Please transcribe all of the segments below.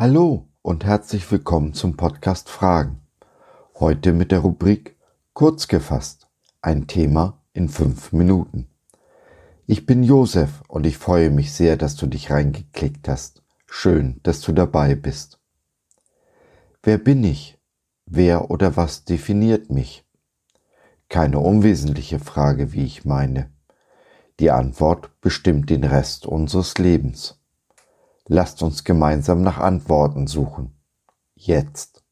Hallo und herzlich willkommen zum Podcast Fragen. Heute mit der Rubrik Kurz gefasst, ein Thema in 5 Minuten. Ich bin Josef und ich freue mich sehr, dass du dich reingeklickt hast. Schön, dass du dabei bist. Wer bin ich? Wer oder was definiert mich? Keine unwesentliche Frage, wie ich meine. Die Antwort bestimmt den Rest unseres Lebens. Lasst uns gemeinsam nach Antworten suchen. Jetzt.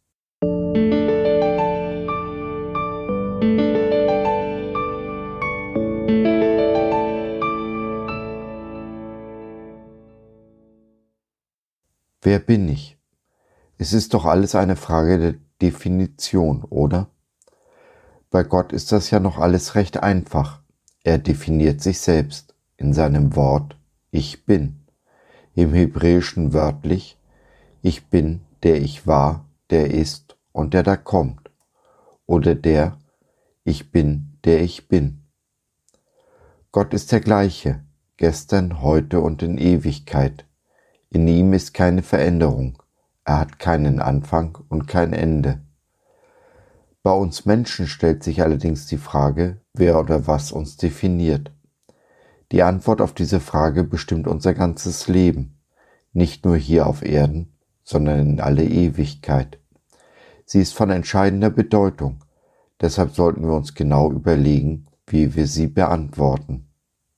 Wer bin ich? Es ist doch alles eine Frage der Definition, oder? Bei Gott ist das ja noch alles recht einfach. Er definiert sich selbst in seinem Wort Ich bin. Im Hebräischen wörtlich Ich bin, der ich war, der ist und der da kommt. Oder der Ich bin, der ich bin. Gott ist der gleiche, gestern, heute und in Ewigkeit. In ihm ist keine Veränderung. Er hat keinen Anfang und kein Ende. Bei uns Menschen stellt sich allerdings die Frage, wer oder was uns definiert. Die Antwort auf diese Frage bestimmt unser ganzes Leben, nicht nur hier auf Erden, sondern in alle Ewigkeit. Sie ist von entscheidender Bedeutung, deshalb sollten wir uns genau überlegen, wie wir sie beantworten.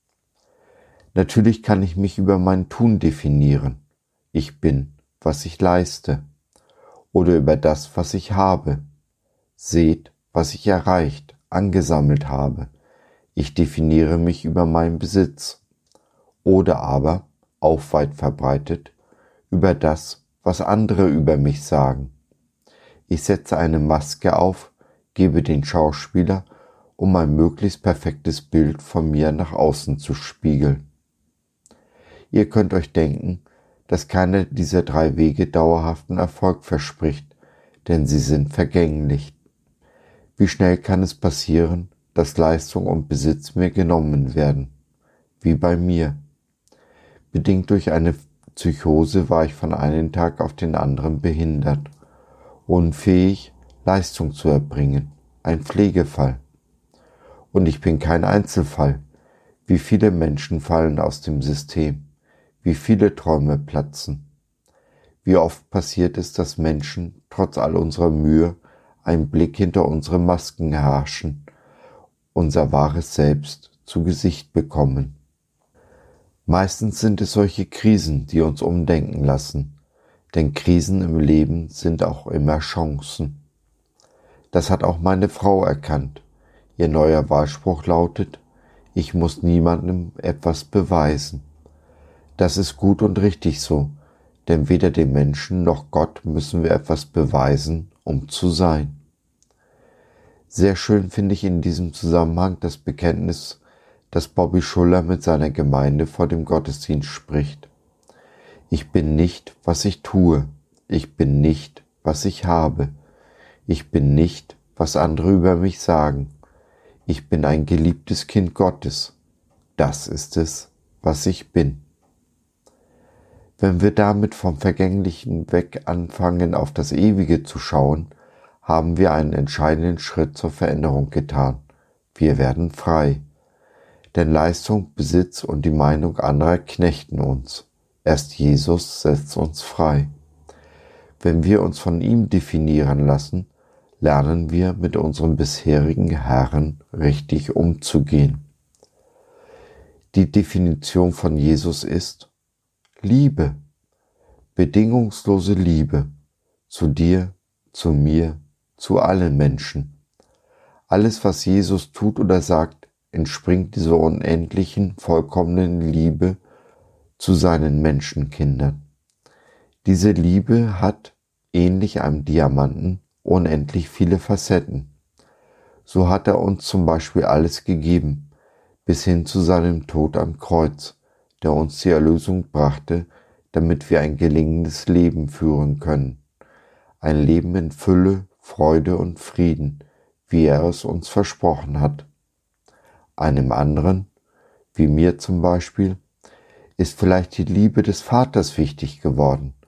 Natürlich kann ich mich über mein Tun definieren. Ich bin, was ich leiste. Oder über das, was ich habe. Seht, was ich erreicht, angesammelt habe. Ich definiere mich über meinen Besitz. Oder aber, auch weit verbreitet, über das, was andere über mich sagen. Ich setze eine Maske auf, gebe den Schauspieler, um ein möglichst perfektes Bild von mir nach außen zu spiegeln. Ihr könnt euch denken, dass keiner dieser 3 Wege dauerhaften Erfolg verspricht, denn sie sind vergänglich. Wie schnell kann es passieren, dass Leistung und Besitz mir genommen werden? Wie bei mir. Bedingt durch eine Psychose war ich von einem Tag auf den anderen behindert, unfähig, Leistung zu erbringen, ein Pflegefall. Und ich bin kein Einzelfall. Wie viele Menschen fallen aus dem System? Wie viele Träume platzen? Wie oft passiert es, dass Menschen, trotz all unserer Mühe, einen Blick hinter unsere Masken erhaschen, unser wahres Selbst zu Gesicht bekommen? Meistens sind es solche Krisen, die uns umdenken lassen, denn Krisen im Leben sind auch immer Chancen. Das hat auch meine Frau erkannt. Ihr neuer Wahlspruch lautet: Ich muss niemandem etwas beweisen. Das ist gut und richtig so, denn weder dem Menschen noch Gott müssen wir etwas beweisen, um zu sein. Sehr schön finde ich in diesem Zusammenhang das Bekenntnis, das Bobby Schuller mit seiner Gemeinde vor dem Gottesdienst spricht. Ich bin nicht, was ich tue. Ich bin nicht, was ich habe. Ich bin nicht, was andere über mich sagen. Ich bin ein geliebtes Kind Gottes. Das ist es, was ich bin. Wenn wir damit vom Vergänglichen weg anfangen, auf das Ewige zu schauen, haben wir einen entscheidenden Schritt zur Veränderung getan. Wir werden frei. Denn Leistung, Besitz und die Meinung anderer knechten uns. Erst Jesus setzt uns frei. Wenn wir uns von ihm definieren lassen, lernen wir mit unserem bisherigen Herren richtig umzugehen. Die Definition von Jesus ist Liebe, bedingungslose Liebe, zu dir, zu mir, zu allen Menschen. Alles, was Jesus tut oder sagt, entspringt dieser unendlichen, vollkommenen Liebe zu seinen Menschenkindern. Diese Liebe hat, ähnlich einem Diamanten, unendlich viele Facetten. So hat er uns zum Beispiel alles gegeben, bis hin zu seinem Tod am Kreuz, der uns die Erlösung brachte, damit wir ein gelingendes Leben führen können. Ein Leben in Fülle, Freude und Frieden, wie er es uns versprochen hat. Einem anderen, wie mir zum Beispiel, ist vielleicht die Liebe des Vaters wichtig geworden,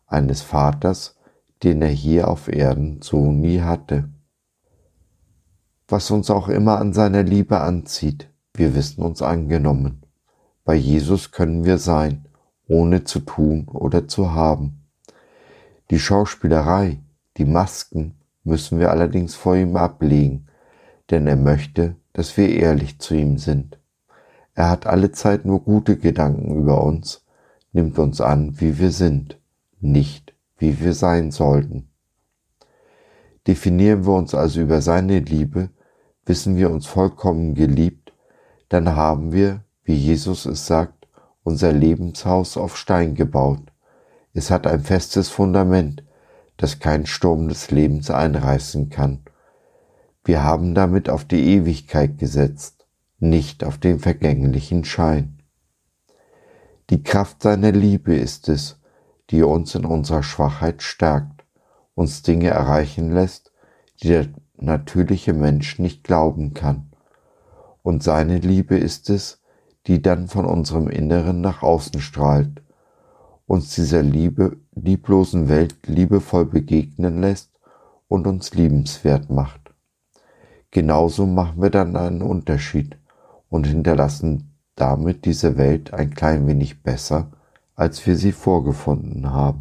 eines Vaters, den er hier auf Erden so nie hatte. Was uns auch immer an seiner Liebe anzieht, wir wissen uns angenommen. Bei Jesus können wir sein, ohne zu tun oder zu haben. Die Schauspielerei, die Masken müssen wir allerdings vor ihm ablegen, denn er möchte, dass wir ehrlich zu ihm sind. Er hat alle Zeit nur gute Gedanken über uns, nimmt uns an, wie wir sind, nicht wie wir sein sollten. Definieren wir uns also über seine Liebe, wissen wir uns vollkommen geliebt, dann haben wir, wie Jesus es sagt, unser Lebenshaus auf Stein gebaut. Es hat ein festes Fundament, das kein Sturm des Lebens einreißen kann. Wir haben damit auf die Ewigkeit gesetzt, nicht auf den vergänglichen Schein. Die Kraft seiner Liebe ist es, die uns in unserer Schwachheit stärkt, uns Dinge erreichen lässt, die der natürliche Mensch nicht glauben kann. Und seine Liebe ist es, die dann von unserem Inneren nach außen strahlt, uns dieser lieblosen Welt liebevoll begegnen lässt und uns liebenswert macht. Genauso machen wir dann einen Unterschied und hinterlassen damit diese Welt ein klein wenig besser, als wir sie vorgefunden haben.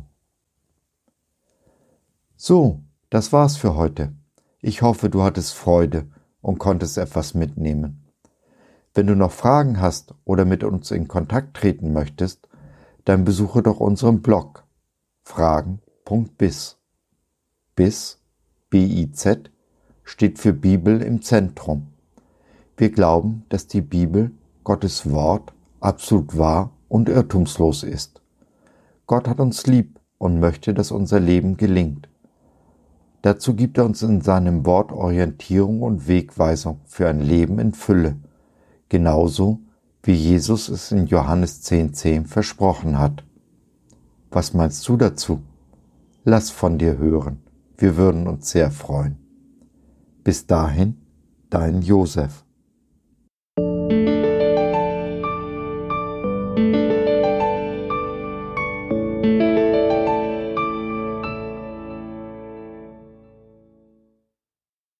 So, das war's für heute. Ich hoffe, du hattest Freude und konntest etwas mitnehmen. Wenn du noch Fragen hast oder mit uns in Kontakt treten möchtest, dann besuche doch unseren Blog fragen.biz. Biz, B-I-Z, steht für Bibel im Zentrum. Wir glauben, dass die Bibel, Gottes Wort, absolut wahr und irrtumslos ist. Gott hat uns lieb und möchte, dass unser Leben gelingt. Dazu gibt er uns in seinem Wort Orientierung und Wegweisung für ein Leben in Fülle, genauso wie Jesus es in Johannes 10,10 versprochen hat. Was meinst du dazu? Lass von dir hören, wir würden uns sehr freuen. Bis dahin, dein Josef.